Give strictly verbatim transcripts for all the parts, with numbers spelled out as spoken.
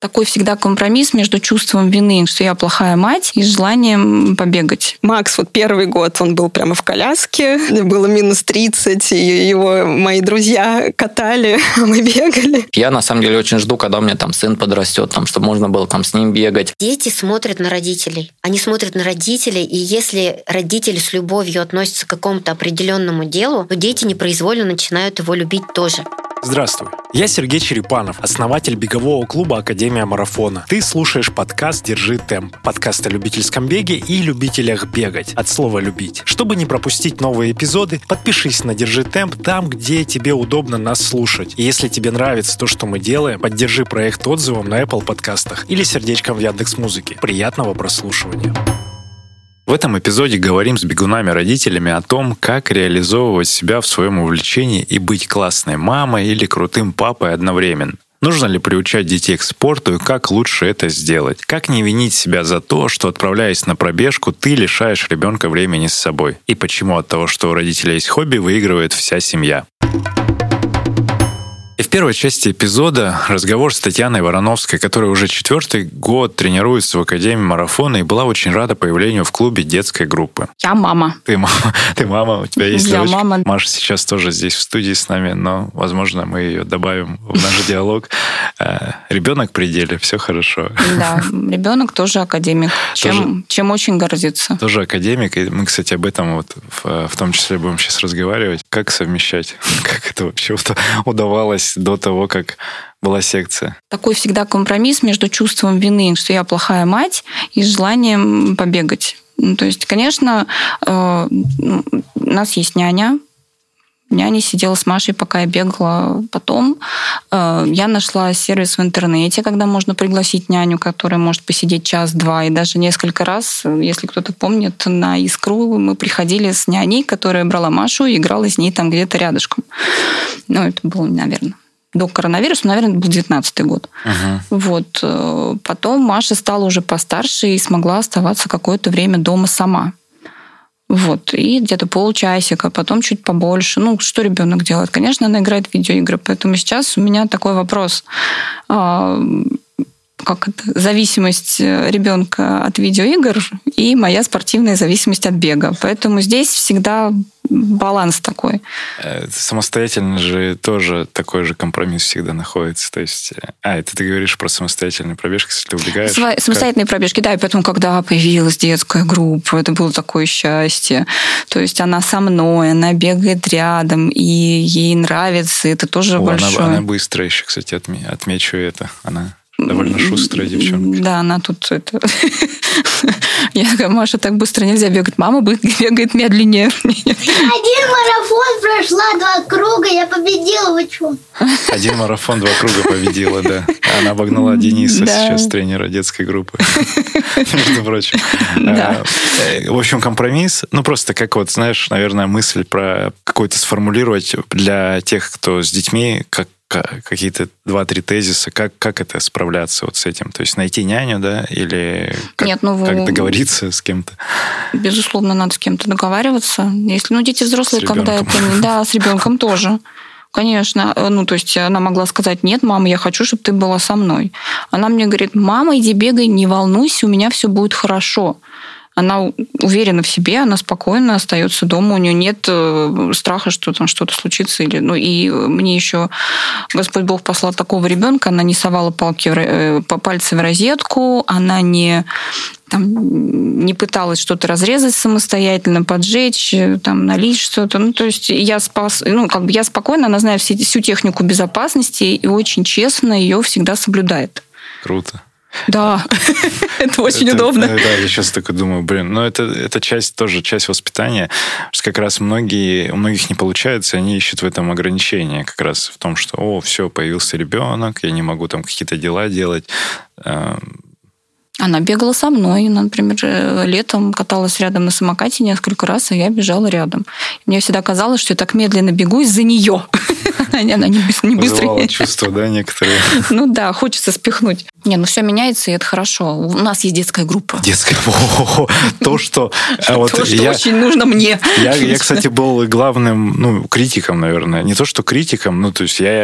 Такой всегда компромисс между чувством вины, что я плохая мать, и желанием побегать. Макс вот первый год, он был прямо в коляске, было минус тридцать, и его мои друзья катали, а мы бегали. Я на самом деле очень жду, когда у меня там сын подрастет, там, чтобы можно было там с ним бегать. Дети смотрят на родителей. Они смотрят на родителей, и если родители с любовью относятся к какому-то определенному делу, то дети непроизвольно начинают его любить тоже. Здравствуй, я Сергей Черепанов, основатель бегового клуба «Академия марафона». Ты слушаешь подкаст «Держи темп», подкаст о любительском беге и любителях бегать, от слова «любить». Чтобы не пропустить новые эпизоды, подпишись на «Держи темп» там, где тебе удобно нас слушать. И если тебе нравится то, что мы делаем, поддержи проект отзывом на Apple подкастах или сердечком в Яндекс.Музыке. Приятного прослушивания. В этом эпизоде говорим с бегунами-родителями о том, как реализовывать себя в своем увлечении и быть классной мамой или крутым папой одновременно. Нужно ли приучать детей к спорту и как лучше это сделать? Как не винить себя за то, что, отправляясь на пробежку, ты лишаешь ребенка времени с собой? И почему от того, что у родителей есть хобби, выигрывает вся семья? И в первой части эпизода разговор с Татьяной Вороновской, которая уже четвертый год тренируется в Академии марафона и была очень рада появлению в клубе детской группы. Я мама. Ты мама, ты мама, у тебя есть Я девочка. мама. Маша сейчас тоже здесь в студии с нами, но, возможно, мы ее добавим в наш диалог. Ребенок в пределе, все хорошо. Да, ребенок тоже академик, чем, чем очень гордится. Тоже академик, и мы, кстати, об этом вот в, в том числе будем сейчас разговаривать. Как совмещать? Как это вообще удавалось до того, как была секция? Такой всегда компромисс между чувством вины, что я плохая мать, и желанием побегать. Ну, то есть, конечно, э, у нас есть няня. Няня сидела с Машей, пока я бегала. Потом э, я нашла сервис в интернете, когда можно пригласить няню, которая может посидеть час-два. И даже несколько раз, если кто-то помнит, на «Искру» мы приходили с няней, которая брала Машу и играла с ней там где-то рядышком. Ну, это было, наверное, до коронавируса, наверное, это был девятнадцатый год. Uh-huh. Вот. Потом Маша стала уже постарше и смогла оставаться какое-то время дома сама. Вот. И где-то полчасика, потом чуть побольше. Ну, что ребенок делает? Конечно, она играет в видеоигры. Поэтому сейчас у меня такой вопрос. Как это? Зависимость ребенка от видеоигр и моя спортивная зависимость от бега. Поэтому здесь всегда баланс такой. Самостоятельно же тоже такой же компромисс всегда находится. То есть, а, это ты говоришь про самостоятельные пробежки, если ты убегаешь? Сво- самостоятельные как? пробежки, да. И поэтому, когда появилась детская группа, это было такое счастье. То есть она со мной, она бегает рядом, и ей нравится, это тоже О, большое. Она, она быстрая еще, кстати, отме- отмечу это. Она довольно шустрая девчонка. Да, она тут... Это... Я говорю, Маша, так быстро нельзя бегать. Мама бегает медленнее. Один марафон прошла, два круга, я победила. Вы что? Один марафон, два круга победила, да. Она обогнала Дениса, да. Сейчас тренера детской группы. Между прочим. Да. В общем, компромисс. Ну, просто как вот, знаешь, наверное, мысль про какой-то сформулировать для тех, кто с детьми, как какие-то два-три тезиса, как, как это справляться вот с этим? То есть найти няню, да, или как, Нет, ну, как договориться с кем-то? Безусловно, надо с кем-то договариваться. Если, ну, дети взрослые, когда это... Да, с ребенком тоже. Конечно. Ну, то есть она могла сказать: нет, мама, я хочу, чтобы ты была со мной. Она мне говорит: мама, иди бегай, не волнуйся, у меня все будет хорошо. Она уверена в себе, она спокойно остается дома, у нее нет страха, что там что-то случится. Или, ну, и мне еще Господь Бог послал такого ребенка, она не совала палки в, пальцы в розетку, она не, там, не пыталась что-то разрезать самостоятельно, поджечь, там, налить что-то. Ну, то есть я, спас, ну, как бы я спокойна, она знает всю, всю технику безопасности и очень честно ее всегда соблюдает. Круто. Да, это очень это, удобно. Да, я сейчас такой думаю, блин, ну это, это часть тоже, часть воспитания, что как раз многие, у многих не получается, они ищут в этом ограничения, как раз в том, что, о, все, появился ребенок, я не могу там какие-то дела делать. Она бегала со мной, например, летом каталась рядом на самокате несколько раз, и я бежала рядом. Мне всегда казалось, что я так медленно бегу из-за нее. Она не быстрая. Чувство, да, некоторые. Ну да, хочется спихнуть. Не, ну все меняется, и это хорошо. У нас есть детская группа. Детская. То, что... То, что очень нужно мне. Я, кстати, был главным, ну, критиком, наверное. Не то, что критиком, ну, то есть я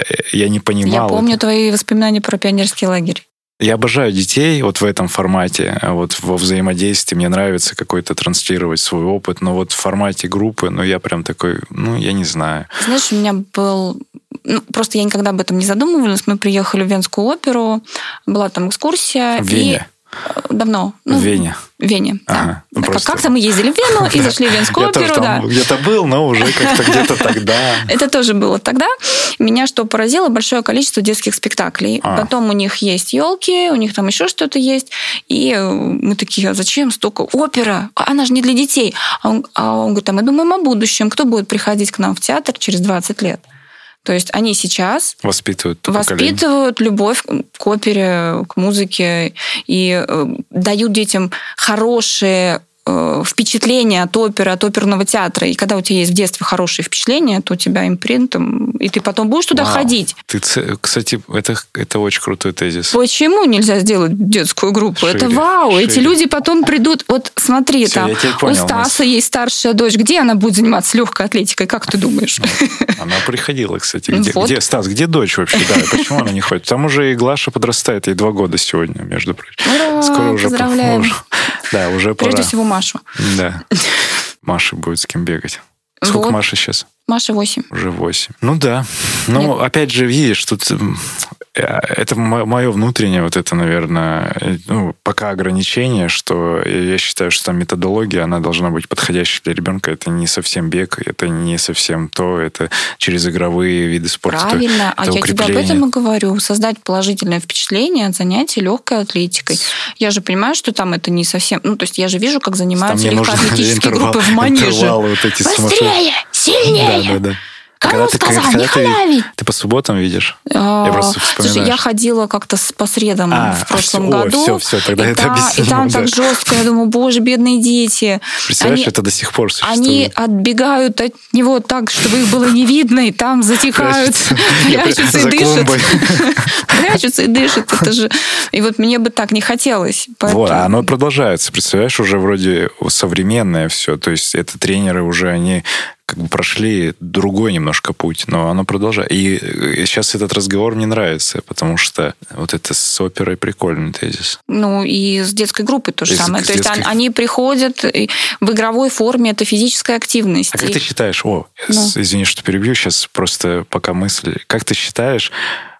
не понимал. Я помню твои воспоминания про пионерский лагерь. Я обожаю детей вот в этом формате, вот во взаимодействии. Мне нравится какой-то транслировать свой опыт, но вот в формате группы, ну, я прям такой, ну, я не знаю. Знаешь, у меня был... Ну, просто я никогда об этом не задумывалась. Мы приехали в Венскую оперу, была там экскурсия. В Вене? И... Давно. Ну, в Вене? В Вене, ага, да. Ну, как- просто... Как-то мы ездили в Вену и зашли в Венскую я оперу. тоже там да. где-то был, но уже как-то где-то тогда. Это тоже было тогда. Меня что поразило? Большое количество детских спектаклей. А. Потом у них есть елки, у них там еще что-то есть. И мы такие, а зачем столько? Опера, она же не для детей. А он, а он говорит, а мы думаем о будущем. Кто будет приходить к нам в театр через двадцать лет? То есть они сейчас воспитывают, воспитывают любовь к опере, к музыке и э, дают детям хорошие э, впечатления от оперы, от оперного театра. И когда у тебя есть в детстве хорошие впечатления, то у тебя импринтом, и ты потом будешь туда Вау. ходить. Ты, кстати, это, это очень крутой тезис. Почему нельзя сделать детскую группу? Шире, это вау! шире. Эти люди потом придут... Вот смотри, Всё, там я тебя у понял, Стаса есть старшая дочь. Где она будет заниматься легкой атлетикой? Как ты думаешь? Она приходила, кстати. Где, Вот. где Стас, где дочь вообще? Да, почему она не ходит? Там уже и Глаша подрастает, ей два года сегодня, между прочим. Ура! Скоро уже Поздравляем. уже- Да, уже пора. Прежде всего Машу. Да. Маше будет с кем бегать. Сколько Вот. Маше сейчас? Маша восемь. Уже восемь. Ну да. Ну, Нет. опять же, видишь, тут м, э, это мое внутреннее вот это, наверное, э, ну, пока ограничение, что я считаю, что там методология, она должна быть подходящей для ребенка. Это не совсем бег, это не совсем то, это через игровые виды спорта. Правильно, а это я тебе об укрепление. этом и говорю. Создать положительное впечатление от занятий легкой атлетикой. Я же понимаю, что там это не совсем... Ну, то есть я же вижу, как Там занимаются мне нужны легкоатлетические интервал- группы в манеже. интервалы вот эти сумасшедшие. Быстрее, сильнее. Да, да, да. Кому Когда ты- сказал, когда не ты- халявить? Ты по субботам видишь? А, Я просто вспоминаю. Слушай, я ходила как-то с- по средам А, в прошлом всё, о, году. всё, всё, тогда и это та- объяснимо, И там да. так жестко. Я думаю, боже, бедные дети. Представляешь, Они- это до сих пор существует. Они отбегают от него так, чтобы их было не видно, и там затекают, прячутся и За дышат. клумбой. Прячутся и дышат. Это же... И вот мне бы так не хотелось. Поэтому- Вот, а оно продолжается. Представляешь, уже вроде современное все. То есть это тренеры уже, они как бы прошли другой немножко путь, но оно продолжает. И сейчас этот разговор мне нравится, потому что вот это с оперой прикольный тезис. Ну, и с детской группой то же И с- самое. с То есть детской- он- они приходят и в игровой форме, это физическая активность. А как И- ты считаешь, о, Ну. с- извини, что перебью, сейчас просто пока мысли. Как ты считаешь,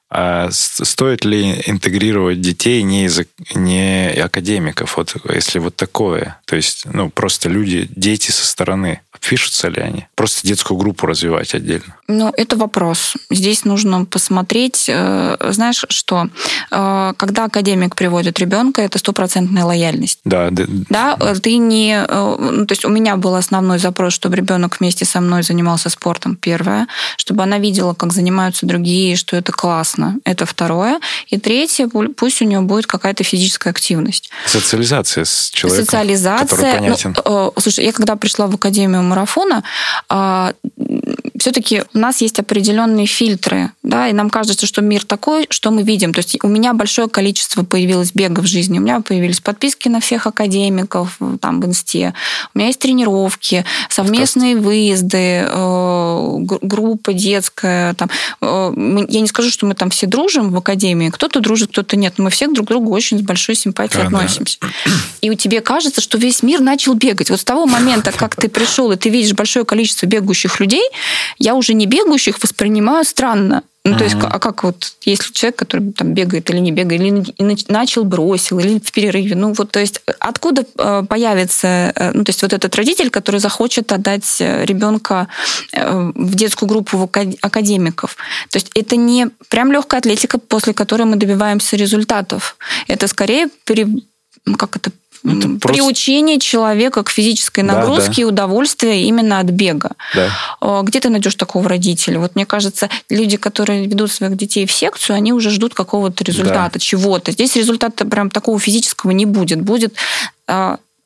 а с- стоит ли интегрировать детей не, из, не академиков, вот если вот такое? То есть, ну, просто люди, дети со стороны, впишутся ли они? Просто детскую группу развивать отдельно. Ну, это вопрос. Здесь нужно посмотреть, э, знаешь, что э, когда академик приводит ребенка, это стопроцентная лояльность. Да, да, Да, э, ты не... э, ну, то есть у меня был основной запрос, чтобы ребенок вместе со мной занимался спортом, первое, чтобы она видела, как занимаются другие, что это классно, это второе. И третье, пу- пусть у нее будет какая-то физическая активность. социализация с человеком, который Социализация. понятен. Ну, э, слушай, я когда пришла в Академию марафона, э, все-таки у нас есть определенные фильтры, да, и нам кажется, что мир такой, что мы видим. То есть у меня большое количество появилось бега в жизни, у меня появились подписки на всех академиков там в инсте, у меня есть тренировки, совместные выезды, э, г- группа детская. Там. Э, мы- я не скажу, что мы там все дружим в академии, кто-то дружит, кто-то нет, но мы все друг к другу очень с большой симпатией Да, да. относимся. И у тебя кажется, что весь мир начал бегать. Вот с того момента, как ты пришел, и ты видишь большое количество бегающих людей, я уже не бегающих воспринимаю странно. Ну, то есть, Мгм. а как вот, если человек, который там бегает или не бегает, или нач- начал, бросил, или в перерыве, ну, вот, то есть, откуда э, появится, э, ну, то есть, вот этот родитель, который захочет отдать э, ребенка э, в детскую группу в ака- академиков. То есть, это не прям легкая атлетика, после которой мы добиваемся результатов. Это скорее пере... ну, как это Это М, просто- приучение человека к физической Да, нагрузке да. и удовольствию именно от бега. Да. Э, Где ты найдешь такого родителя? Вот мне кажется, люди, которые ведут своих детей в секцию, они уже ждут какого-то результата, чего-то. Здесь результата прям такого физического не будет. Будет э,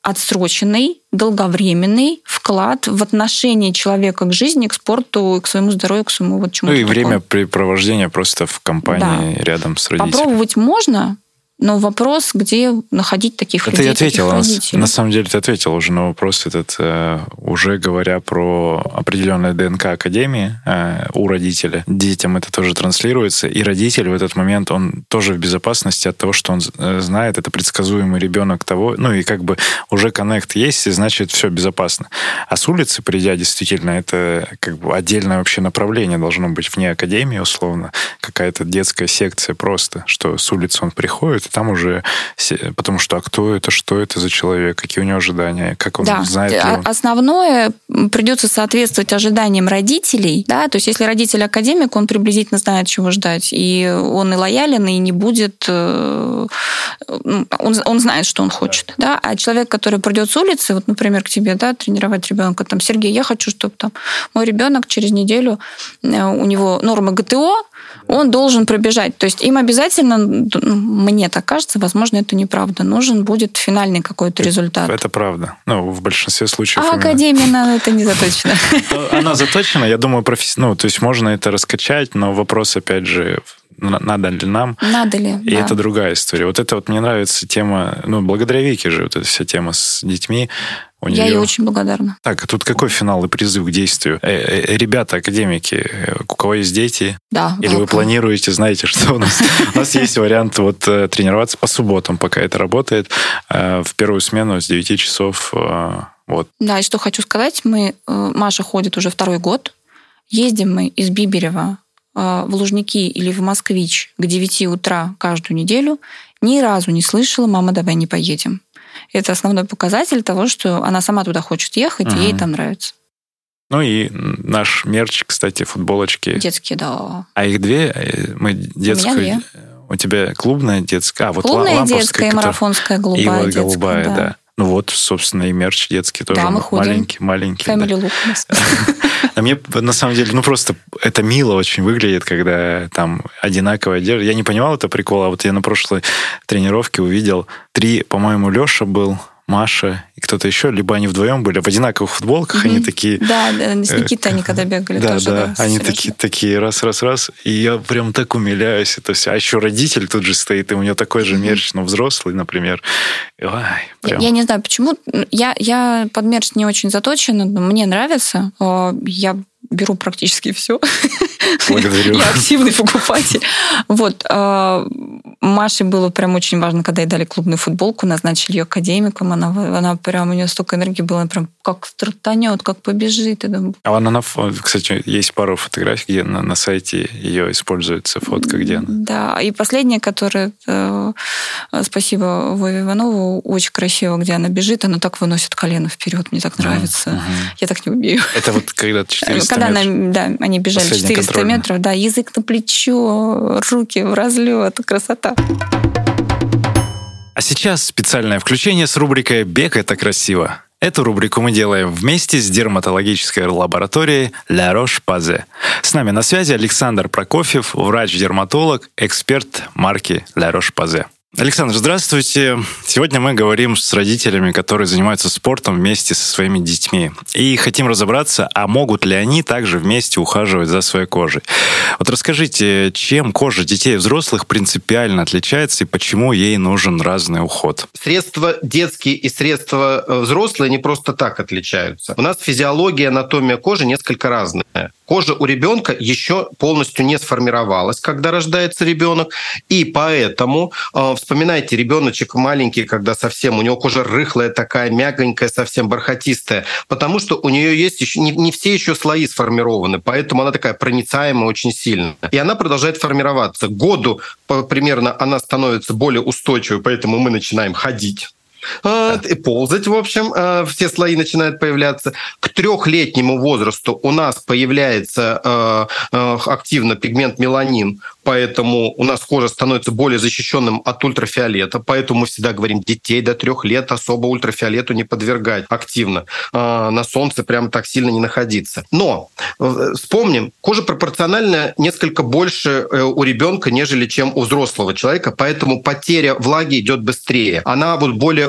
отсроченный, долговременный вклад в отношение человека к жизни, к спорту, к своему здоровью, к своему вот чему-то. Ну и такому. времяпрепровождение просто в компании, да, рядом с родителями. Попробовать можно, но вопрос, где находить таких это людей, я ответил, таких на, родителей. на самом деле ты ответил уже на вопрос этот, э, уже говоря про определенное ДНК Академии э, у родителя. Детям это тоже транслируется, и родитель в этот момент, он тоже в безопасности от того, что он знает, это предсказуемый ребенок того, ну и как бы уже коннект есть, и значит все безопасно. А с улицы, придя, действительно, это как бы отдельное вообще направление должно быть вне Академии, условно, какая-то детская секция просто, что с улицы он приходит, и там уже, потому что а кто это, что это за человек, какие у него ожидания, как он да. знает. Ли он... Основное придется соответствовать ожиданиям родителей, да, то есть если родитель академик, он приблизительно знает, чего ждать, и он и лоялен, и не будет, он, он знает, что он хочет, да, а человек, который придет с улицы, вот, например, к тебе, да, тренировать ребенка, там, Сергей, я хочу, чтобы там мой ребенок через неделю, у него нормы ГТО, он должен пробежать. То есть им обязательно, мне так кажется, возможно, это неправда, нужен будет финальный какой-то результат. Это, это правда. Ну, в большинстве случаев. А именно... Академия на это не заточена. Она заточена, я думаю, профессионально. Ну, то есть можно это раскачать, но вопрос, опять же, надо ли нам. Надо ли, И да. это другая история. Вот это вот мне нравится тема, ну, благодаря Вике же, вот эта вся тема с детьми. У Я нее... ей очень благодарна. Так, а тут какой финал и призыв к действию? Э, э, ребята, академики, у кого есть дети? Да. Или вы планируете, знаете, что у нас? У нас есть вариант вот тренироваться по субботам, пока это работает, в первую смену с девяти часов. Вот. Да, и что хочу сказать, мы, Маша ходит уже второй год, ездим мы из Биберева в Лужники или в Москвич к девяти утра каждую неделю, ни разу не слышала: мама, давай не поедем. Это основной показатель того, что она сама туда хочет ехать, угу. и ей там нравится. Ну и наш мерч, кстати, футболочки. Детские, да. А их две? Мы детскую... У меня две. У тебя клубная детская? А, вот клубная ламповская, детская, которая... марафонская, голубая и вот детская. голубая, да. да. Ну вот, собственно, и мерч детский тоже да, мы маленький, маленький. Family look у нас. А мне, на самом деле, ну просто это мило очень выглядит, когда там одинаковая одежда. Я не понимал это прикола, а вот я на прошлой тренировке увидел три, по-моему, Леша был, Маша и кто-то еще, либо они вдвоем были в одинаковых футболках, mm-hmm. они такие... Да, да, с Никитой они когда бегали да, тоже. Да, да, они такие, такие раз-раз-раз, и я прям так умиляюсь это все. А еще родитель тут же стоит, и у него такой же мерч, но взрослый, например. Ой, прям. Я, я не знаю, почему. Я, я под мерч не очень заточена, но мне нравится. Я беру практически все. Благодарю. Я активный покупатель. Вот. Маше было прям очень важно, когда ей дали клубную футболку, назначили ее академиком, она, она прям, у нее столько энергии было, она прям как стартанет, как побежит. А она, кстати, есть пару фотографий, где на, на сайте ее используется фотка, где она. Да, и последняя, которая, спасибо Вове Иванову, очень красиво, где она бежит, она так выносит колено вперед, мне так нравится. Uh-huh. Я так не умею. Это вот когда четыреста когда метров? Она, да, они бежали четыреста метров, да, язык на плечо, руки в разлет, красота. А сейчас специальное включение с рубрикой «Бег – это красиво». Эту рубрику мы делаем вместе с дерматологической лабораторией La Roche-Posay. С нами на связи Александр Прокофьев, врач-дерматолог, эксперт марки La Roche-Posay. Александр, здравствуйте. Сегодня мы говорим с родителями, которые занимаются спортом вместе со своими детьми. И хотим разобраться, а могут ли они также вместе ухаживать за своей кожей. Вот расскажите, чем кожа детей и взрослых принципиально отличается и почему ей нужен разный уход? Средства детские и средства взрослые не просто так отличаются. У нас физиология, анатомия кожи несколько разная. Кожа у ребенка еще полностью не сформировалась, когда рождается ребенок, и поэтому вспоминайте, ребеночек маленький, когда совсем, у него кожа рыхлая такая, мягонькая, совсем бархатистая, потому что у нее есть еще не, не все еще слои сформированы, поэтому она такая проницаемая очень сильно. И она продолжает формироваться. К году примерно она становится более устойчивой, поэтому мы начинаем ходить. И ползать, в общем, все слои начинают появляться. К трехлетнему возрасту у нас появляется активно пигмент меланин, поэтому у нас кожа становится более защищенным от ультрафиолета, поэтому мы всегда говорим, детей до трех лет особо ультрафиолету не подвергать активно, на солнце прям так сильно не находиться. Но вспомним, кожа пропорционально несколько больше у ребенка, нежели чем у взрослого человека, поэтому потеря влаги идет быстрее. Она будет более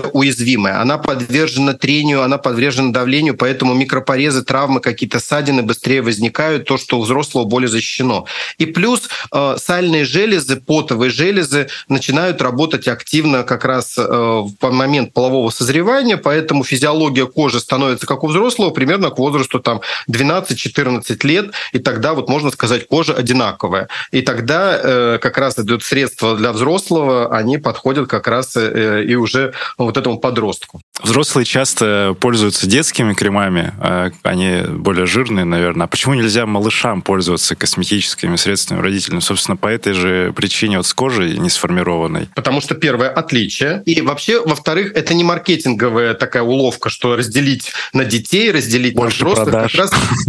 уязвимая, она подвержена трению, она подвержена давлению, поэтому микропорезы, травмы, какие-то ссадины быстрее возникают, то, что у взрослого более защищено. И плюс э, сальные железы, потовые железы начинают работать активно как раз э, в момент полового созревания, поэтому физиология кожи становится как у взрослого примерно к возрасту там, двенадцать-четырнадцать лет, и тогда вот можно сказать, кожа одинаковая. И тогда э, как раз идут средства для взрослого, они подходят как раз э, и уже вот этому подростку. Взрослые часто пользуются детскими кремами, они более жирные, наверное. А почему нельзя малышам пользоваться косметическими средствами родителям? Собственно, по этой же причине вот с кожей не сформированной. Потому что первое – отличие. И вообще, во-вторых, это не маркетинговая такая уловка, что разделить на детей, разделить больше на взрослых. Продаж. Как раз,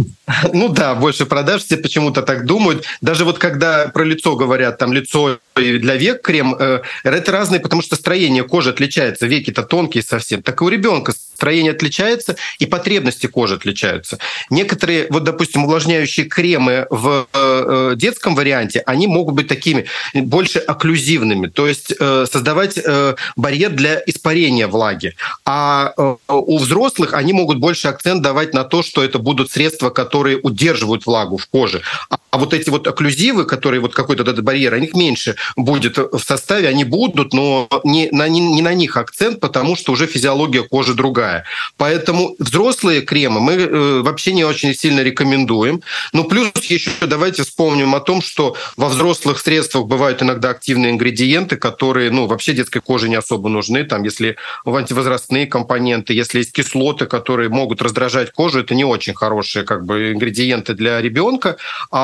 ну да, больше продаж, все почему-то так думают. Даже вот когда про лицо говорят, там лицо для век крем, это разные, потому что строение кожи отличается. Веки-то тонкие совсем. Так и у ребенка строение отличается, и потребности кожи отличаются. Некоторые, вот, допустим, увлажняющие кремы в э, детском варианте, они могут быть такими больше окклюзивными, то есть э, создавать э, барьер для испарения влаги. А э, у взрослых они могут больше акцент давать на то, что это будут средства, которые удерживают влагу в коже. А вот эти вот окклюзивы, которые вот какой-то этот барьер, у них меньше будет в составе, они будут, но не на, не, не на них акцент, потому что уже физиология кожи другая. Поэтому взрослые кремы мы э, вообще не очень сильно рекомендуем. Но плюс еще давайте вспомним о том, что во взрослых средствах бывают иногда активные ингредиенты, которые ну, вообще детской коже не особо нужны. Там, если антивозрастные компоненты, если есть кислоты, которые могут раздражать кожу, это не очень хорошие как бы, ингредиенты для ребенка.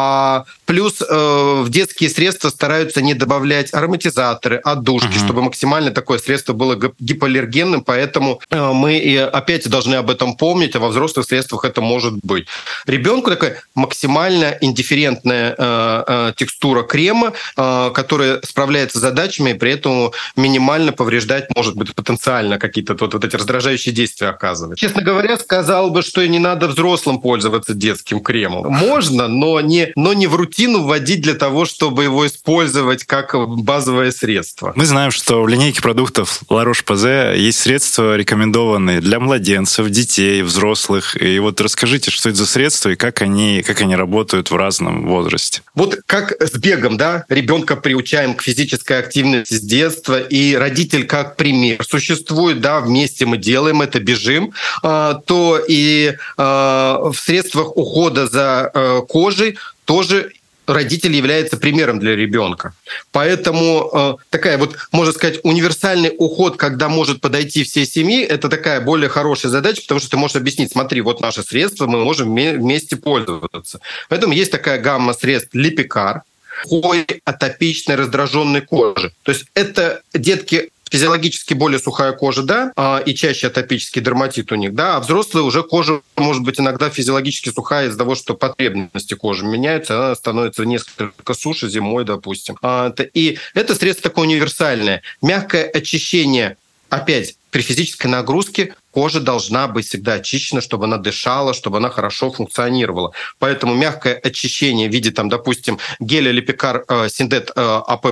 А плюс э, в детские средства стараются не добавлять ароматизаторы, отдушки, uh-huh. чтобы максимально такое средство было гипоаллергенным. Поэтому э, мы и опять должны об этом помнить, а во взрослых средствах это может быть. Ребенку такая максимально индифферентная э, э, текстура крема, э, которая справляется с задачами и при этом минимально повреждать, может быть, потенциально какие-то вот, вот эти раздражающие действия оказывать. Честно говоря, сказал бы, что и не надо взрослым пользоваться детским кремом. Можно, но не, но не в рутину вводить для того, чтобы его использовать как базовое средство. Мы знаем, что в линейке продуктов La Roche-Posay есть средства, рекомендованные для младенцев, детей, взрослых. И вот расскажите, что это за средства и как они, как они работают в разном возрасте. Вот как с бегом, да, ребенка приучаем к физической активности с детства, и родитель как пример существует, да, вместе мы делаем это, бежим, то и в средствах ухода за кожей тоже родитель является примером для ребенка. Поэтому э, такая вот, можно сказать, универсальный уход, когда может подойти всей семье, это такая более хорошая задача, потому что ты можешь объяснить, смотри, вот наше средство, мы можем вместе пользоваться. Поэтому есть такая гамма средств Липикар, сухой, атопичной, раздраженной кожи. То есть это детки физиологически более сухая кожа, да, и чаще атопический дерматит у них, да, а взрослые уже кожа может быть иногда физиологически сухая из-за того, что потребности кожи меняются, она становится несколько суше зимой, допустим. И это средство такое универсальное. Мягкое очищение, опять, при физической нагрузке кожа должна быть всегда очищена, чтобы она дышала, чтобы она хорошо функционировала. Поэтому мягкое очищение в виде, там, допустим, геля Липикар Синдет АП+,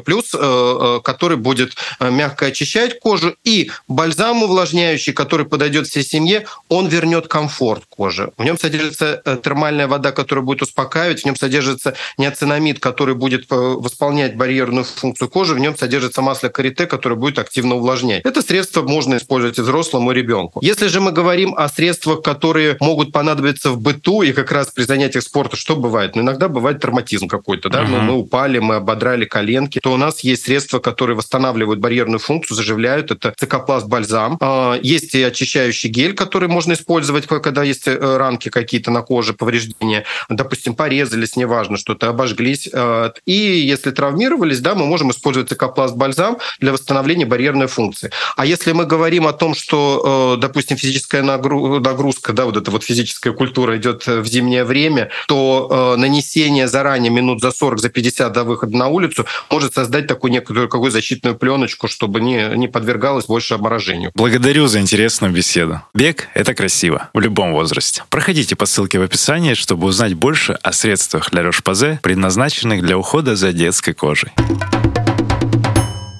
который будет мягко очищать кожу, и бальзам увлажняющий, который подойдет всей семье, он вернет комфорт кожи. В нем содержится термальная вода, которая будет успокаивать, в нем содержится ниацинамид, который будет восполнять барьерную функцию кожи, в нем содержится масло карите, которое будет активно увлажнять. Это средство можно использовать и взрослому, и ребенку. Если же мы говорим о средствах, которые могут понадобиться в быту и как раз при занятиях спорта, что бывает? Ну, иногда бывает травматизм какой-то, да, uh-huh. мы, мы упали, мы ободрали коленки, то у нас есть средства, которые восстанавливают барьерную функцию, заживляют. Это цикопласт бальзам. Есть и очищающий гель, который можно использовать, когда есть ранки какие-то на коже, повреждения, допустим, порезались, неважно, что-то обожглись. И если травмировались, да, мы можем использовать цикопласт бальзам для восстановления барьерной функции. А если мы говорим о том, что, допустим, допустим, физическая нагрузка, да, вот эта вот физическая культура идет в зимнее время, то э, нанесение заранее минут за сорок, за пятьдесят до выхода на улицу может создать такую некую какую защитную пленочку, чтобы не, не подвергалось больше обморожению. Благодарю за интересную беседу. Бег — это красиво в любом возрасте. Проходите по ссылке в описании, чтобы узнать больше о средствах La Roche-Posay, предназначенных для ухода за детской кожей.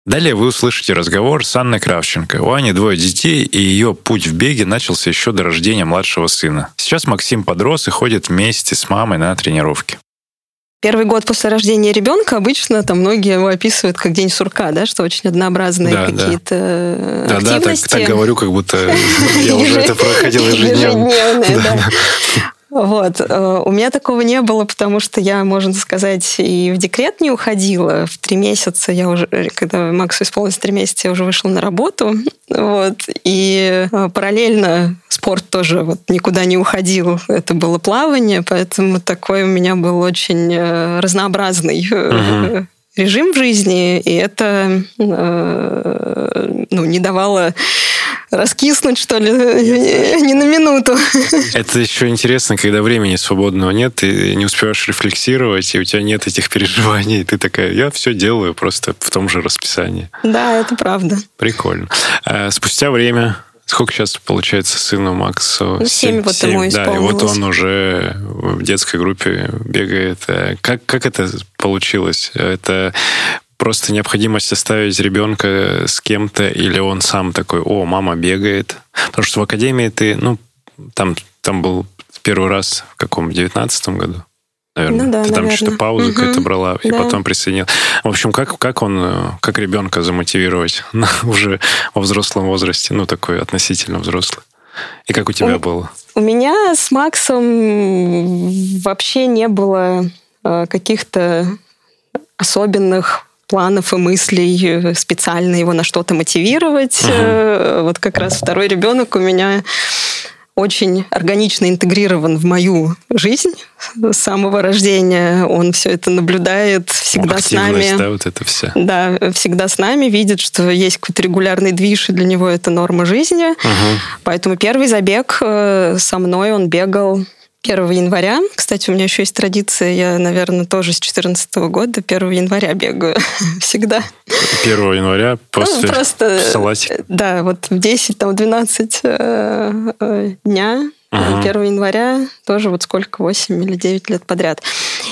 Далее вы услышите разговор с Анной Кравченко. У Ани двое детей, и ее путь в беге начался еще до рождения младшего сына. Сейчас Максим подрос и ходит вместе с мамой на тренировки. Первый год после рождения ребенка обычно там многие его описывают как день сурка, да, что очень однообразные да, какие-то да. активности. Да, да, так, так говорю, как будто я уже это проходил ежедневно. Ежедневно, да. Вот. У меня такого не было, потому что я, можно сказать, и в декрет не уходила. В три месяца я уже, когда Максу исполнилось три месяца, я уже вышла на работу. Вот. И параллельно спорт тоже вот никуда не уходил. Это было плавание, поэтому такой у меня был очень разнообразный uh-huh. режим в жизни, и это ну, не давало раскиснуть, что ли, не на минуту. Это еще интересно, когда времени свободного нет, ты не успеваешь рефлексировать, и у тебя нет этих переживаний, и ты такая, я все делаю просто в том же расписании. Да, это правда. Прикольно. А спустя время, сколько сейчас получается сыну Максу? Ну, семь вот ему исполнилось. Да, и вот он уже в детской группе бегает. Как, как это получилось? Это просто необходимость оставить ребенка с кем-то, или он сам такой, о, мама бегает? Потому что в академии ты, ну, там, там был первый раз в каком, девятнадцатом году? Наверное. Ну, да, ты там наверное. Что-то паузу угу. какую-то брала, и да. потом присоединил. В общем, как, как он, как ребенка замотивировать уже во взрослом возрасте, ну, такой относительно взрослый? И как у тебя у, было? У меня с Максом вообще не было каких-то особенных планов и мыслей специально его на что-то мотивировать. Uh-huh. Вот как раз второй ребенок у меня очень органично интегрирован в мою жизнь с самого рождения. Он все это наблюдает, всегда с нами. Да, вот это все. Да, всегда с нами, видит, что есть какой-то регулярный движ, и для него это норма жизни. Uh-huh. Поэтому первый забег со мной он бегал первого января. Кстати, у меня еще есть традиция, я, наверное, тоже с две тысячи четырнадцатого года первого января бегаю всегда. первого января после ну, просто, салатика? Да, вот в десять-двенадцать э, э, дня uh-huh. первого января тоже вот сколько, восемь или девять лет подряд.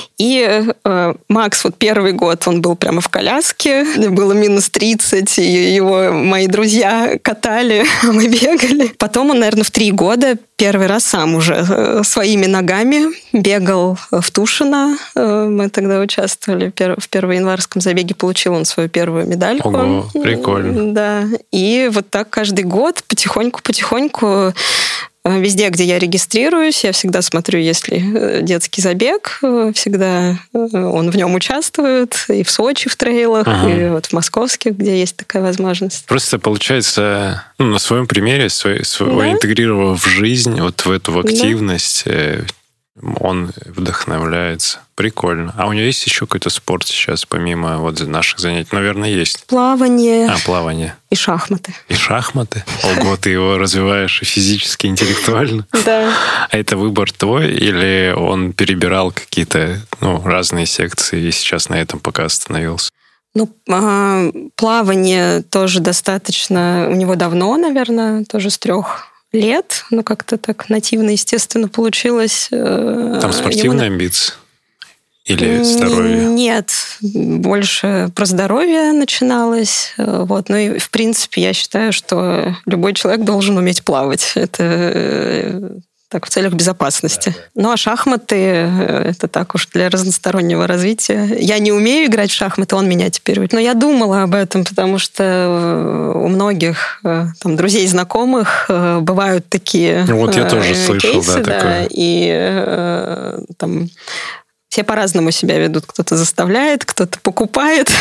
И э, Макс вот первый год, он был прямо в коляске, было минус тридцать, и его мои друзья катали, а мы бегали. Потом он, наверное, в три года первый раз сам уже э, своими ногами бегал в Тушино. Э, мы тогда участвовали в первоянварском забеге, получил он свою первую медальку. Ого, прикольно. Да, и вот так каждый год потихоньку-потихоньку везде, где я регистрируюсь, я всегда смотрю, есть ли детский забег, всегда он в нем участвует, и в Сочи в трейлах, ага. и вот в московских, где есть такая возможность. Просто получается, ну, на своем примере, свой, свой, да? интегрировав в жизнь, вот в эту в активность, да. он вдохновляется. Прикольно. А у него есть еще какой-то спорт сейчас, помимо вот наших занятий? Наверное, есть. Плавание. А, плавание. И шахматы. И шахматы? Ого, ты его развиваешь и физически, и интеллектуально? Да. А это выбор твой, или он перебирал какие-то ну, разные секции и сейчас на этом пока остановился? Ну, плавание тоже достаточно у него давно, наверное, тоже с трех лет, ну, как-то так нативно, естественно, получилось. Там спортивные Ему... амбиции? Или здоровье? Нет, больше про здоровье начиналось. Вот. Ну и, в принципе, я считаю, что любой человек должен уметь плавать. Это так, в целях безопасности. Ну, а шахматы — это так уж для разностороннего развития. Я не умею играть в шахматы, он меня теперь учит. Но я думала об этом, потому что у многих там, друзей, знакомых бывают такие ну, вот я тоже кейсы, слышал, да, да, такое. И там... Все по-разному себя ведут. Кто-то заставляет, кто-то покупает,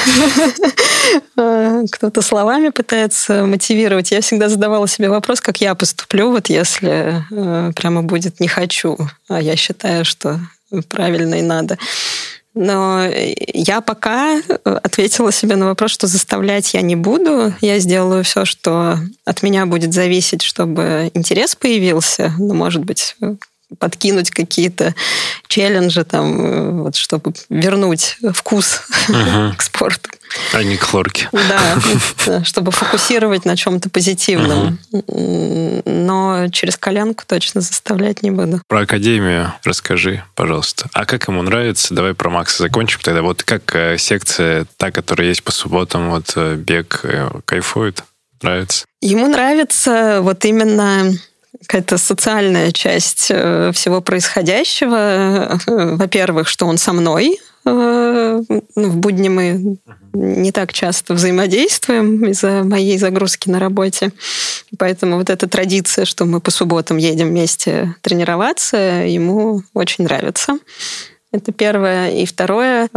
кто-то словами пытается мотивировать. Я всегда задавала себе вопрос, как я поступлю, вот если прямо будет «не хочу», а я считаю, что правильно и надо. Но я пока ответила себе на вопрос, что заставлять я не буду. Я сделаю все, что от меня будет зависеть, чтобы интерес появился. Ну, может быть, подкинуть какие-то челленджи, там, вот, чтобы вернуть вкус uh-huh. к спорту. А не к хлорке. Да, чтобы фокусировать на чем-то позитивном. Uh-huh. Но через коленку точно заставлять не буду. Про академию расскажи, пожалуйста. А как ему нравится? Давай про Макса закончим тогда. Вот как секция, та, которая есть по субботам, вот бег, кайфует? Нравится? Ему нравится вот именно какая-то социальная часть всего происходящего. Во-первых, что он со мной. В будни мы не так часто взаимодействуем из-за моей загрузки на работе. Поэтому вот эта традиция, что мы по субботам едем вместе тренироваться, ему очень нравится. Это первое. И второе,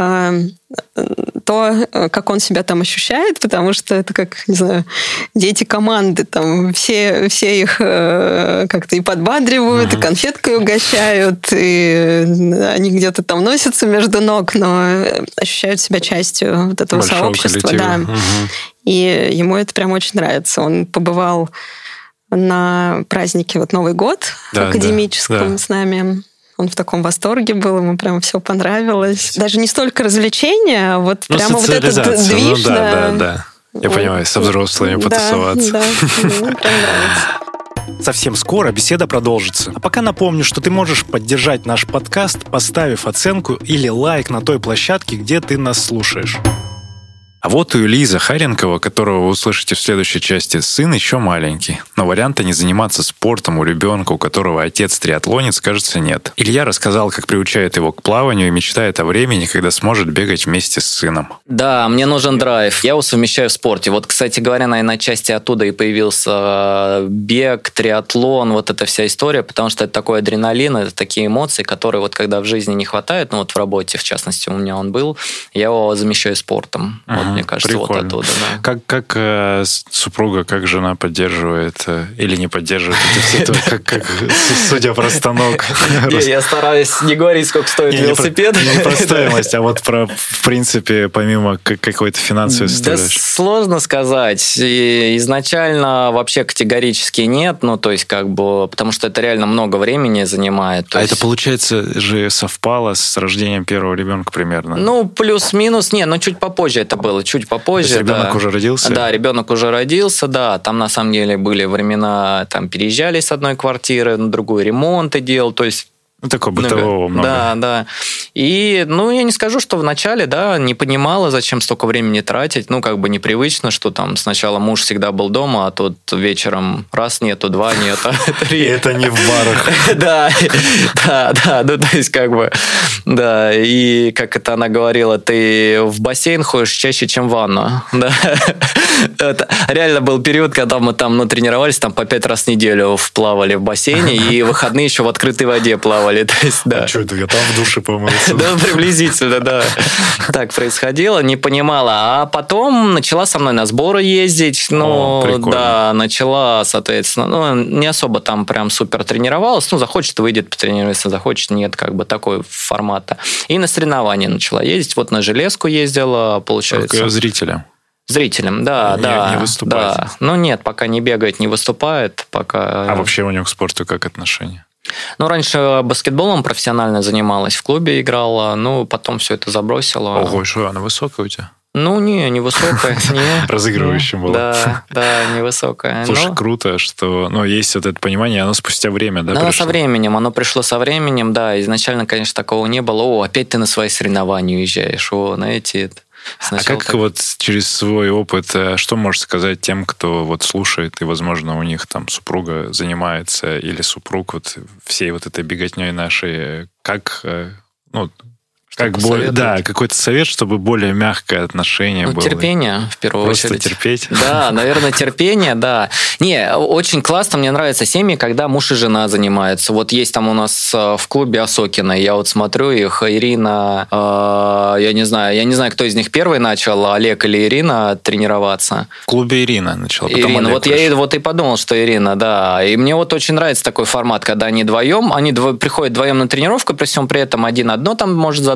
то, как он себя там ощущает, потому что это как, не знаю, дети команды, там все, все их как-то и подбадривают, uh-huh. и конфеткой угощают, и они где-то там носятся между ног, но ощущают себя частью вот этого большого сообщества. Да. Uh-huh. И ему это прям очень нравится. Он побывал на празднике вот Новый год да, академическом да, да. с нами. Он в таком восторге был, ему прям все понравилось. Даже не столько развлечения, а вот ну, прямо вот этот движ. Ну, да, да, да. Я вот. Понимаю, со взрослыми потусоваться. Да, да, ему прям нравится. Совсем скоро беседа продолжится. А пока напомню, что ты можешь поддержать наш подкаст, поставив оценку или лайк на той площадке, где ты нас слушаешь. А вот у Ильи Захаренкова, которого вы услышите в следующей части, сын еще маленький. Но варианта не заниматься спортом у ребенка, у которого отец триатлонец, кажется, нет. Илья рассказал, как приучает его к плаванию и мечтает о времени, когда сможет бегать вместе с сыном. Да, мне нужен драйв. Я его совмещаю в спорте. Вот, кстати говоря, наверное, отчасти оттуда и появился бег, триатлон, вот эта вся история, потому что это такой адреналин, это такие эмоции, которые вот когда в жизни не хватает, ну вот в работе, в частности, у меня он был, я его замещаю спортом. Ага. Вот, мне кажется, прикольно. Вот оттуда. Да. Как, как э, супруга, как жена поддерживает э, или не поддерживает эти все то, как, как, судя по станок. Я стараюсь не говорить, сколько стоит велосипед. Не про стоимость, а вот про, в принципе, помимо какой-то финансовой составляющей. Да сложно сказать. Изначально вообще категорически нет, ну, то есть, как бы, потому что это реально много времени занимает. А это, получается, же совпало с рождением первого ребенка примерно? Ну, плюс-минус, не, но чуть попозже это было. Чуть попозже. То есть ребенок да. уже родился? Да, ребенок уже родился, да. Там на самом деле были времена, там переезжали с одной квартиры на другую, ремонты делал, то есть ну, такого бытового много. Да, да. И, ну, я не скажу, что вначале, да, не понимала, зачем столько времени тратить. Ну, как бы непривычно, что там сначала муж всегда был дома, а тут вечером раз нету, два нету, три. Это не в барах. Да, да, да. Ну, то есть, как бы, да. И, как это она говорила, ты в бассейн ходишь чаще, чем в ванну. Да. Это реально был период, когда мы там, ну, тренировались, там по пять раз в неделю вплавали в бассейне, и выходные еще в открытой воде плавали. То есть, да. А что это, я там в душе помылся? Да, приблизительно, да. Так происходило, не понимала. А потом начала со мной на сборы ездить. Ну, да, начала, соответственно, ну, не особо там прям супер тренировалась. Ну, захочет, выйдет, потренируется, захочет, нет, как бы такой формата. И на соревнования начала ездить. Вот на железку ездила, получается. Как зрителя. Зрителям, да, не, да. Не выступает. Да. Ну, нет, пока не бегает, не выступает. Пока... А вообще у него к спорту как отношение? Ну, раньше баскетболом профессионально занималась, в клубе играла, ну, потом все это забросила. Ого, что, она высокая у тебя? Ну, не, невысокая. Разыгрывающим была. Да, да, невысокая. Слушай, круто, что ну, есть вот это понимание, оно спустя время, да, пришло? Со временем, оно пришло со временем, да. Изначально, конечно, такого не было. О, опять ты на свои соревнования уезжаешь, о, знаете, это... Сначала а как так... вот через свой опыт, что можешь сказать тем, кто вот слушает, и, возможно, у них там супруга занимается, или супруг вот всей вот этой беготней нашей, как, ну, как более, да, какой-то совет, чтобы более мягкое отношение ну, было. Терпение, в первую Просто очередь. Просто терпеть. Да, наверное, терпение, да. Не, очень классно, мне нравятся семьи, когда муж и жена занимаются. Вот есть там у нас в клубе Осокина, я вот смотрю их, Ирина, э, я не знаю, я не знаю, кто из них первый начал, Олег или Ирина, тренироваться. В клубе Ирина начала, потом Ирина, Олег вот я вот и подумал, что Ирина, да. И мне вот очень нравится такой формат, когда они вдвоем, они дво, приходят вдвоем на тренировку, при всем при этом один одно там может задать,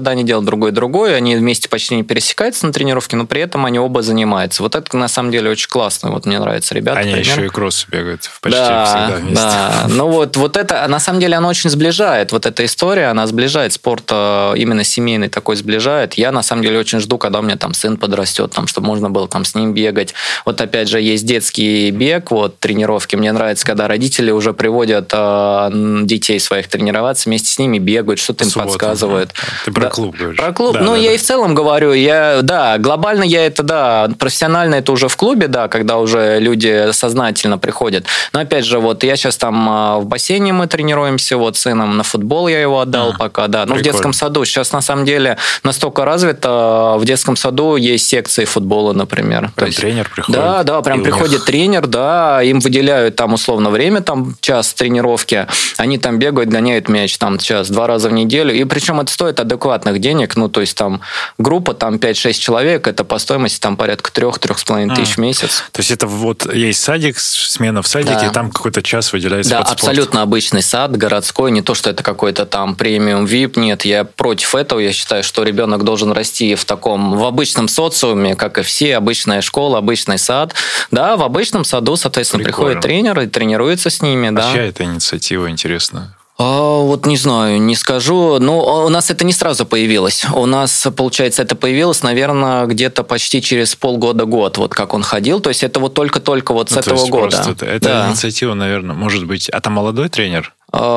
задание делает, другой другой, они вместе почти не пересекаются на тренировке, но при этом они оба занимаются. Вот это на самом деле очень классно, вот мне нравится, ребята. Они пример. еще и кроссы бегают почти да, всегда вместе. Да, ну вот, вот это, на самом деле, оно очень сближает, вот эта история, она сближает спорт, именно семейный такой сближает. Я, на самом деле, очень жду, когда у меня там сын подрастет, там, чтобы можно было там с ним бегать. Вот опять же, есть детский бег, вот тренировки. Мне нравится, когда родители уже приводят э, детей своих тренироваться, вместе с ними бегают, что-то им Субботу, подсказывают. Да. Ты про да, клуб говоришь. Про клуб. Да, ну, да, я да. и в целом говорю, я, да, глобально я это, да, профессионально это уже в клубе, да, когда уже люди сознательно приходят. Но опять же, вот я сейчас там в бассейне мы тренируемся, вот с сыном, на футбол я его отдал а, пока, да. Ну, в детском саду. Сейчас, на самом деле, настолько развито, в детском саду есть секции футбола, например. Прям То есть, тренер приходит? Да, да, прям приходит них... тренер, да, им выделяют там условно время, там час тренировки, они там бегают, гоняют мяч там час, два раза в неделю, и причем это стоит адекватных денег, ну, то есть там группа, там пять-шесть человек, это по стоимости там порядка трех-трех с половиной тысяч в месяц. То есть это вот есть садик, смена в садике, да. И там какой-то час выделяется да, под спорт? Да, абсолютно обычный сад, городской, не то, что это какой-то там премиум, ви ай пи, нет, я против этого, я считаю, что ребенок должен расти в таком, в обычном социуме, как и все, обычная школа, обычный сад, да, в обычном саду, соответственно, Прикольно. Приходит тренер и тренируется с ними, а да. чья это инициатива, интересно? А, вот не знаю, не скажу. Но у нас это не сразу появилось. У нас, получается, это появилось, наверное, где-то почти через полгода-год, вот как он ходил. То есть это вот только-только вот ну, с этого года. Это, это да. инициатива, наверное, может быть... А там молодой тренер?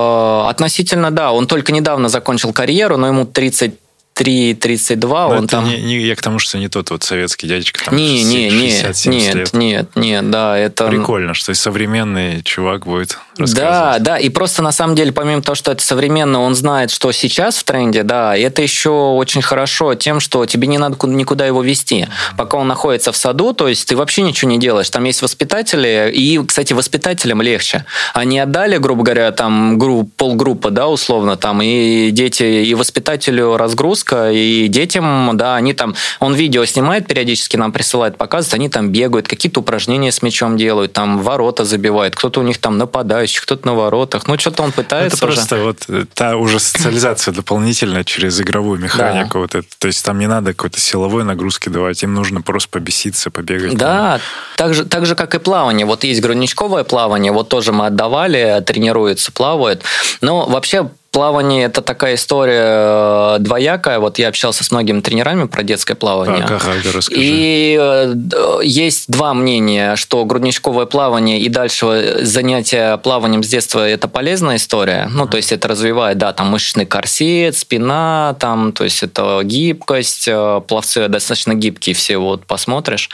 А, относительно, да. Он только недавно закончил карьеру, но ему тридцать три тридцать два, он там... Не, не, я к тому, что не тот вот советский дядечка, там не, не, шестьдесят семьдесят нет, лет. Нет, нет, да, это... Прикольно, что современный чувак будет рассказывать. Да, да, и просто на самом деле, помимо того, что это современно, он знает, что сейчас в тренде, да, и это еще очень хорошо тем, что тебе не надо никуда его вести. Mm-hmm. Пока он находится в саду, то есть ты вообще ничего не делаешь. Там есть воспитатели, и, кстати, воспитателям легче. Они отдали, грубо говоря, там групп, полгруппы, да, условно, там, и дети, и воспитателю разгрузка, и детям, да, они там, он видео снимает, периодически нам присылает, показывает, они там бегают, какие-то упражнения с мячом делают, там ворота забивают, кто-то у них там нападающий, кто-то на воротах, ну, что-то он пытается. Это просто уже. вот та уже социализация дополнительная через игровую механику, да. Вот это, то есть там не надо какой-то силовой нагрузки давать, им нужно просто побеситься, побегать. Да, так же, так же, как и плавание, вот есть грудничковое плавание, вот тоже мы отдавали, тренируются, плавают, но вообще плавание – это такая история двоякая. Вот я общался с многими тренерами про детское плавание. Так, ага, расскажи. И есть два мнения, что грудничковое плавание и дальше занятие плаванием с детства – это полезная история. Ну, то есть это развивает, да, там мышечный корсет, спина, там, то есть это гибкость. Пловцы достаточно гибкие все, вот посмотришь.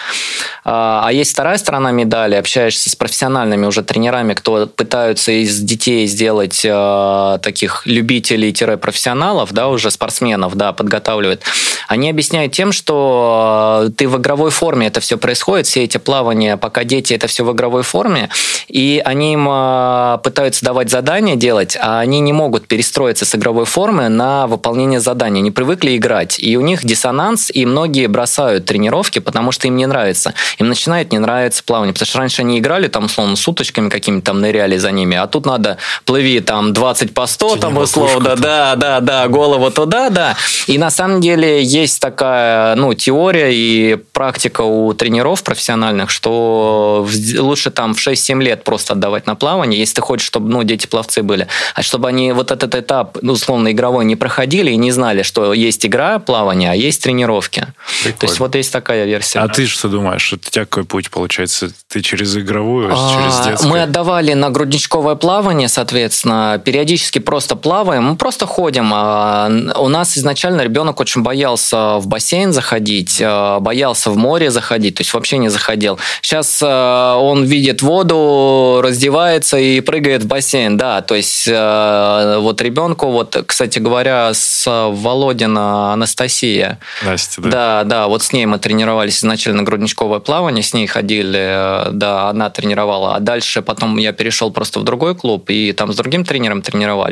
А есть вторая сторона медали. Общаешься с профессиональными уже тренерами, кто пытаются из детей сделать таких любителей-профессионалов, да, уже спортсменов, да, подготавливают, они объясняют тем, что ты в игровой форме это все происходит, все эти плавания, пока дети это все в игровой форме, и они им пытаются давать задания делать, а они не могут перестроиться с игровой формы на выполнение заданий, не привыкли играть, и у них диссонанс, и многие бросают тренировки, потому что им не нравится. Им начинает не нравиться плавание, потому что раньше они играли там, условно, с уточками какими-то там ныряли за ними, а тут надо плыви там двадцать по сто, там условно, да, да, да, голову туда, да. И на самом деле есть такая, ну, теория и практика у тренеров профессиональных, что лучше там в шесть-семь лет просто отдавать на плавание, если ты хочешь, чтобы, ну, дети-пловцы были, а чтобы они вот этот этап, ну, условно, игровой не проходили и не знали, что есть игра, плавание, а есть тренировки. Прикольно. То есть вот есть такая версия. А ты что думаешь? У тебя какой путь получается? Ты через игровую, а, через детскую? Мы отдавали на грудничковое плавание, соответственно, периодически просто плаваем, мы просто ходим. У нас изначально ребенок очень боялся в бассейн заходить, боялся в море заходить, то есть вообще не заходил. Сейчас он видит воду, раздевается и прыгает в бассейн, да, то есть вот ребенку, вот, кстати говоря, с Володина Анастасия. Настя, да? Да, да, вот с ней мы тренировались изначально на грудничковое плавание, с ней ходили, да, она тренировала, а дальше потом я перешел просто в другой клуб, и там с другим тренером тренировались, и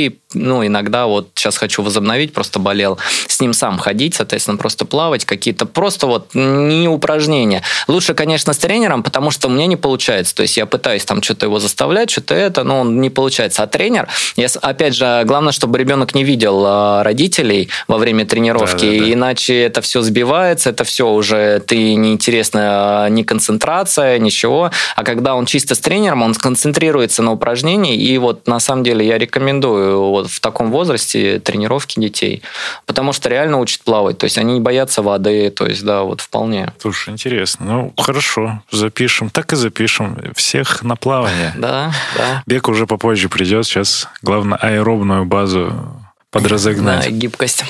И, ну, иногда вот сейчас хочу возобновить, просто болел, с ним сам ходить, соответственно, просто плавать, какие-то просто вот не упражнения. Лучше, конечно, с тренером, потому что у меня не получается. То есть я пытаюсь там что-то его заставлять, что-то это, но он не получается. А тренер, я, опять же, главное, чтобы ребенок не видел родителей во время тренировки, да, да, да. Иначе это все сбивается, это все уже ты неинтересна, ни концентрация, ничего. А когда он чисто с тренером, он сконцентрируется на упражнении, и вот на самом деле я рекомендую вот в таком возрасте тренировки детей, потому что реально учат плавать, то есть они не боятся воды, то есть да, вот вполне. Слушай, интересно. Ну, хорошо, запишем, так и запишем. Всех на плавание. Да, да. Бег уже попозже придет, сейчас главное аэробную базу подразогнать. Да, гибкость.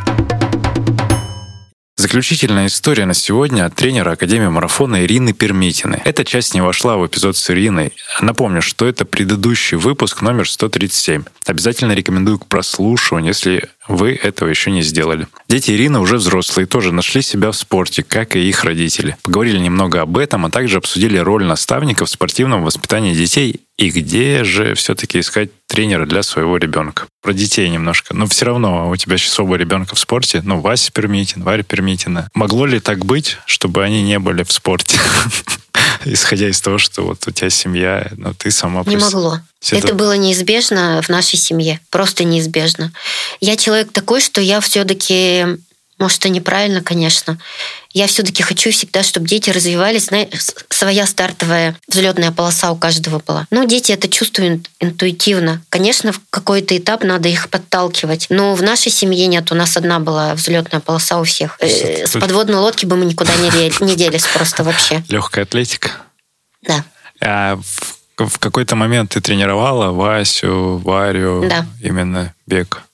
Заключительная история на сегодня от тренера Академии марафона Ирины Пермитиной. Эта часть не вошла в эпизод с Ириной. Напомню, что это предыдущий выпуск номер сто тридцать семь. Обязательно рекомендую к прослушиванию, если вы этого еще не сделали. Дети Ирины уже взрослые, тоже нашли себя в спорте, как и их родители. Поговорили немного об этом, а также обсудили роль наставников в спортивном воспитании детей и где же все-таки искать тренера для своего ребенка. Про детей немножко. Но все равно у тебя сейчас оба ребенка в спорте. Ну, Вася Пермитин, Варя Пермитина. Могло ли так быть, чтобы они не были в спорте? Исходя из того, что вот у тебя семья, но ты сама... Не могло. Это было неизбежно в нашей семье. Просто неизбежно. Я человек такой, что я все-таки... Может, это неправильно, конечно. Я все-таки хочу всегда, чтобы дети развивались. Знаешь, своя стартовая взлетная полоса у каждого была. Ну, дети это чувствуют интуитивно. Конечно, в какой-то этап надо их подталкивать. Но в нашей семье нет. У нас одна была взлетная полоса у всех. С подводной лодки бы мы никуда не делись просто вообще. Легкая атлетика? Да. А в, в какой-то момент ты тренировала Васю, Варю? Да. Именно бег?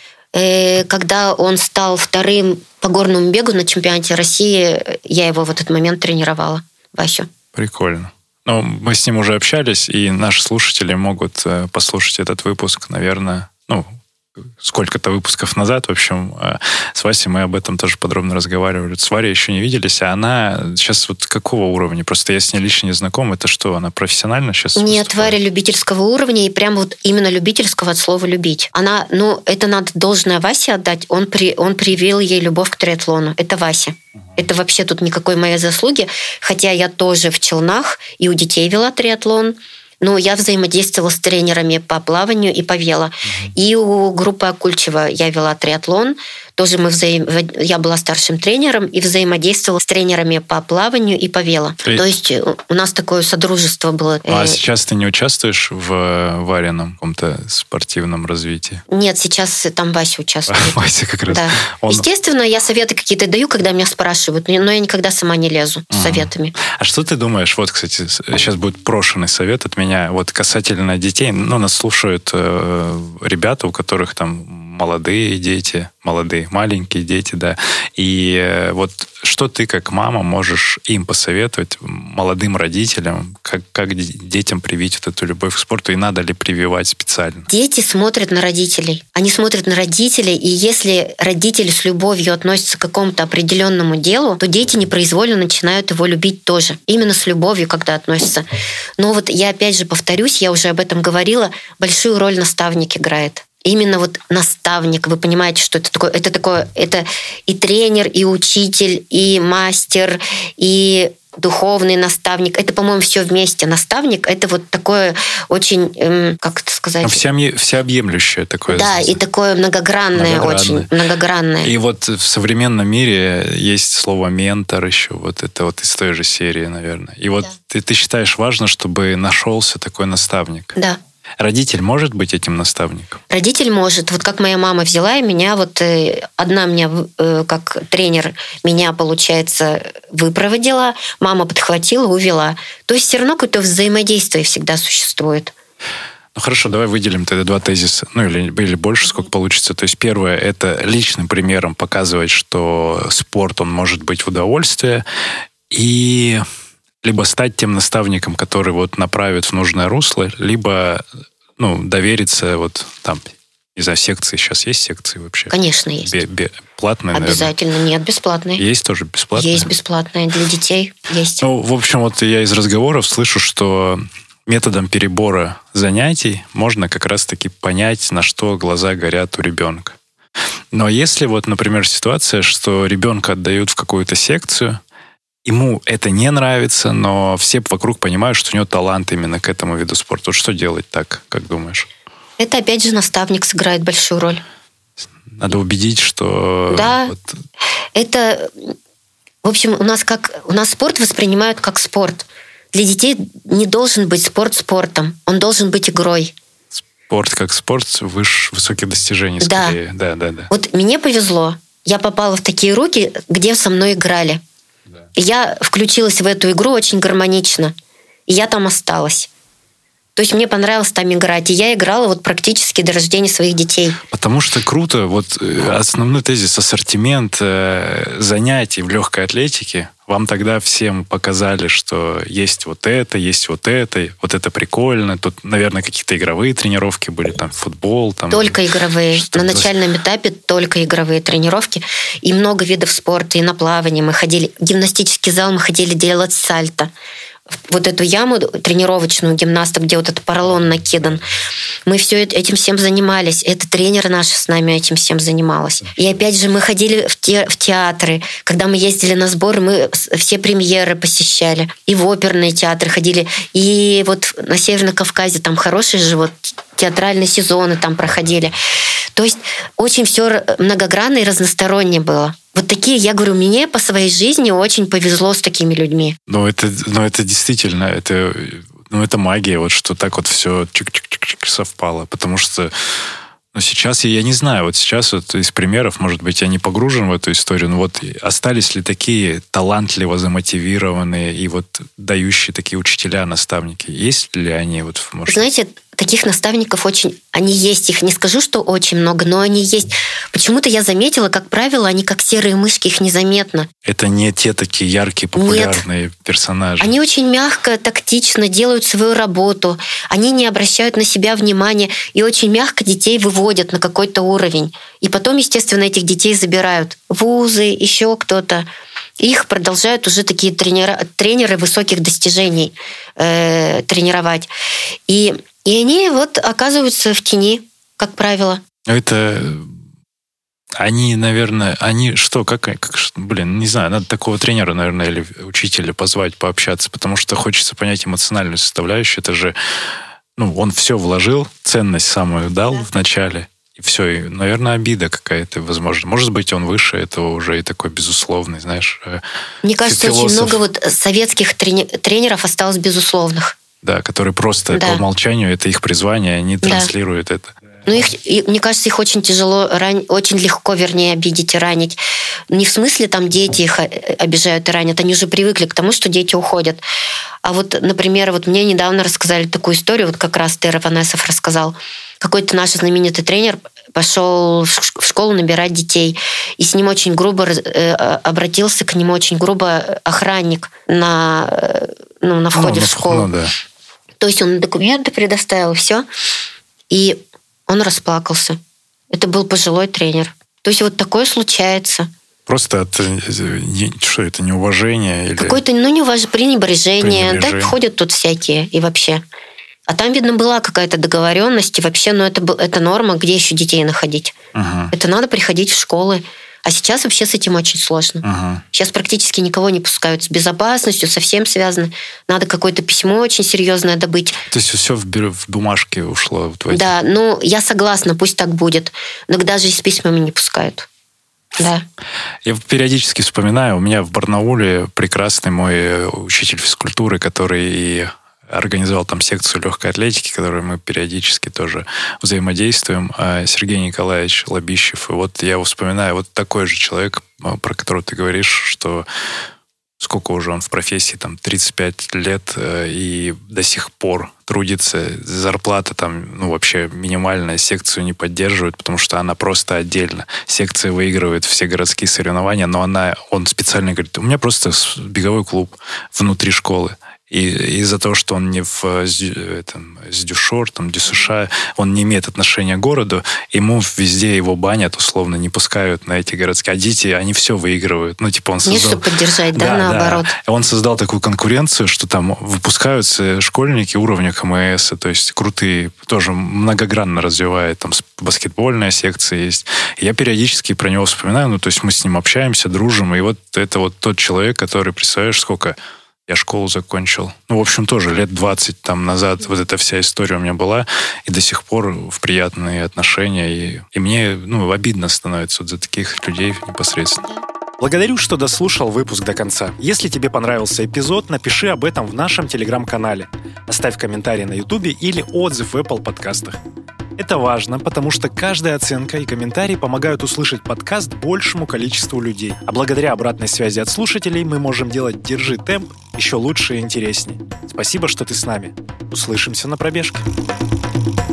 Когда он стал вторым по горному бегу на чемпионате России, я его в этот момент тренировала, Васю. Прикольно. Ну, мы с ним уже общались, и наши слушатели могут послушать этот выпуск, наверное, ну, сколько-то выпусков назад. В общем, с Васей мы об этом тоже подробно разговаривали. С Варей еще не виделись, а она сейчас вот какого уровня? Просто я с ней лично не знаком. Это что, она профессионально сейчас Нет, выступает? Варя любительского уровня, и прям вот именно любительского от слова «любить». Она, ну, это надо должное Васе отдать. Он, при, он привил ей любовь к триатлону. Это Вася. Uh-huh. Это вообще тут никакой моей заслуги. Хотя я тоже в Челнах и у детей вела триатлон. Но я взаимодействовала с тренерами по плаванию и по вело. Mm-hmm. И у группы Акульчева я вела триатлон. Тоже мы взаим... я была старшим тренером и взаимодействовала с тренерами по плаванию и по вело. И... То есть у нас такое содружество было. А сейчас ты не участвуешь в Варином каком-то спортивном развитии? Нет, сейчас там Вася участвует. Вася как раз. Да. Он... Естественно, я советы какие-то даю, когда меня спрашивают, но я никогда сама не лезу с советами. А что ты думаешь? Вот, кстати, сейчас будет брошенный совет от меня. Вот касательно детей. Ну, нас слушают э, ребята, у которых там молодые дети, молодые, маленькие дети, да. И э, вот что ты как мама можешь им посоветовать, молодым родителям, как, как детям привить вот эту любовь к спорту, и надо ли прививать специально? Дети смотрят на родителей. Они смотрят на родителей, и если родители с любовью относятся к какому-то определенному делу, то дети непроизвольно начинают его любить тоже. Именно с любовью, когда относятся. Но вот я опять же повторюсь, я уже об этом говорила, большую роль наставник играет. Именно вот наставник, вы понимаете, что это такое? Это такое, это и тренер, и учитель, и мастер, и духовный наставник. Это, по-моему, все вместе. Наставник — это вот такое очень, эм, как это сказать? Всеобъ... Всеобъемлющее такое. Да, и такое многогранное, многогранное, очень многогранное. И вот в современном мире есть слово «ментор» еще. Вот это вот из той же серии, наверное. И вот да. ты, ты считаешь важно, чтобы нашелся такой наставник? Да. Родитель может быть этим наставником? Родитель может. Вот как моя мама взяла и меня, вот одна меня, как тренер, меня, получается, выпроводила, мама подхватила, увела. То есть все равно какое-то взаимодействие всегда существует. Ну хорошо, давай выделим тогда два тезиса, ну или, или больше, сколько получится. То есть первое, это личным примером показывать, что спорт, он может быть в удовольствие, и... либо стать тем наставником, который вот направит в нужное русло, либо ну, довериться вот там, не знаю, секции. Сейчас есть секции вообще? Конечно, есть. Бе- бе- платные, обязательно, наверное. Нет, бесплатные. Есть тоже бесплатные? Есть бесплатные для детей, есть. Ну, в общем, вот я из разговоров слышу, что методом перебора занятий можно как раз-таки понять, на что глаза горят у ребенка. Но если вот, например, ситуация, что ребенка отдают в какую-то секцию, ему это не нравится, но все вокруг понимают, что у него талант именно к этому виду спорта. Вот что делать так, как думаешь? Это опять же наставник сыграет большую роль. Надо убедить, что... Да, вот... это... В общем, у нас, как, у нас спорт воспринимают как спорт. Для детей не должен быть спорт спортом. Он должен быть игрой. Спорт как спорт, выше высоких достижений скорее. Да. Да, да, да. Вот мне повезло. Я попала в такие руки, где со мной играли. Да. Я включилась в эту игру очень гармонично. И я там осталась. То есть мне понравилось там играть. И я играла вот практически до рождения своих детей. Потому что круто. Вот основной тезис — ассортимент э, занятий в легкой атлетике. Вам тогда всем показали, что есть вот это, есть вот это, вот это прикольно. Тут, наверное, какие-то игровые тренировки были, там, футбол. Там, только игровые. На начальном этапе только игровые тренировки. И много видов спорта, и на плавание мы ходили. В гимнастический зал мы ходили делать сальто. Вот эту яму тренировочную гимнасток, где вот этот поролон накидан, мы все этим всем занимались. Это тренер наша с нами этим всем занималась. И опять же мы ходили в, те, в театры. Когда мы ездили на сборы, мы все премьеры посещали. И в оперные театры ходили. И вот на Северном Кавказе там хорошие же вот театральные сезоны там проходили. То есть очень все многогранно и разносторонне было. Вот такие, я говорю, мне по своей жизни очень повезло с такими людьми. Ну, это, ну, это действительно, это, ну, это магия, вот что так вот все чик-чик-чик совпало. Потому что ну, сейчас я, я не знаю, вот сейчас вот из примеров, может быть, я не погружен в эту историю, но вот остались ли такие талантливо замотивированные и вот дающие такие учителя, наставники? Есть ли они? Вот, может... Знаете, таких наставников очень... Они есть, их не скажу, что очень много, но они есть. Почему-то я заметила, как правило, они как серые мышки, их незаметно. Это не те такие яркие, популярные Нет. персонажи. Они очень мягко, тактично делают свою работу. Они не обращают на себя внимания и очень мягко детей выводят на какой-то уровень. И потом, естественно, этих детей забирают в вузы, еще кто-то. Их продолжают уже такие тренера, тренеры высоких достижений э, тренировать. И И они вот оказываются в тени, как правило. Это они, наверное, они что, как, как, блин, не знаю, надо такого тренера, наверное, или учителя позвать, пообщаться, потому что хочется понять эмоциональную составляющую. Это же, ну, он все вложил, ценность самую дал да. в начале, и все, и, наверное, обида какая-то, возможно. Может быть, он выше этого уже и такой безусловный, знаешь. Мне кажется, философ. Очень много вот советских трени- тренеров осталось безусловных. Да, которые просто да. по умолчанию, это их призвание, они да. транслируют это. Ну, их, и, мне кажется, их очень тяжело, ран... очень легко, вернее, обидеть и ранить. Не в смысле, там, дети их обижают и ранят, они уже привыкли к тому, что дети уходят. А вот, например, вот мне недавно рассказали такую историю, вот как раз Тер Иванесов рассказал. Какой-то наш знаменитый тренер пошел в школу набирать детей, и с ним очень грубо обратился к нему очень грубо охранник на, ну, на входе ну, в школу. Ну, да. То есть он документы предоставил, все, и он расплакался. Это был пожилой тренер. То есть вот такое случается. Просто от, что это, неуважение? Или... Какое-то, ну, неуважение, пренебрежение. пренебрежение. Да, ходят тут всякие и вообще. А там, видно, была какая-то договоренность, и вообще, ну, это, это норма, где еще детей находить. Uh-huh. Это надо приходить в школы. А сейчас вообще с этим очень сложно. Uh-huh. Сейчас практически никого не пускают. С безопасностью совсем связано. Надо какое-то письмо очень серьезное добыть. То есть все в, в бумажке ушло? Вот в эти... Да, ну, я согласна, пусть так будет. Но даже и с письмами не пускают. Да. Я периодически вспоминаю, у меня в Барнауле прекрасный мой учитель физкультуры, который и организовал там секцию легкой атлетики, которой мы периодически тоже взаимодействуем, Сергей Николаевич Лобищев. И вот я его вспоминаю, вот такой же человек, про которого ты говоришь, что сколько уже он в профессии, там, тридцать пять лет, и до сих пор трудится. Зарплата там, ну, вообще минимальная, секцию не поддерживает, потому что она просто отдельно. Секция выигрывает все городские соревнования, но она, он специально говорит, у меня просто беговой клуб внутри школы. И из-за того, что он не в этом, с Дюшор, там, Дюсуша, он не имеет отношения к городу, ему везде его банят, условно, не пускают на эти городские. А дети, они все выигрывают. Ну, типа он создал... Нет, чтобы поддержать, да, да, наоборот. Да. Он создал такую конкуренцию, что там выпускаются школьники уровня КМС, то есть крутые, тоже многогранно развивает, там баскетбольная секция есть. И я периодически про него вспоминаю, ну, то есть мы с ним общаемся, дружим, и вот это вот тот человек, который, представляешь, сколько... Я школу закончил. Ну, в общем, тоже лет двадцать там назад вот эта вся история у меня была, и до сих пор в приятные отношения. И, и мне, ну, обидно становится вот за таких людей непосредственно. Благодарю, что дослушал выпуск до конца. Если тебе понравился эпизод, напиши об этом в нашем телеграм-канале. Оставь комментарий на Ютубе или отзыв в Apple подкастах. Это важно, потому что каждая оценка и комментарий помогают услышать подкаст большему количеству людей. А благодаря обратной связи от слушателей мы можем делать «Держи темп» еще лучше и интереснее. Спасибо, что ты с нами. Услышимся на пробежке.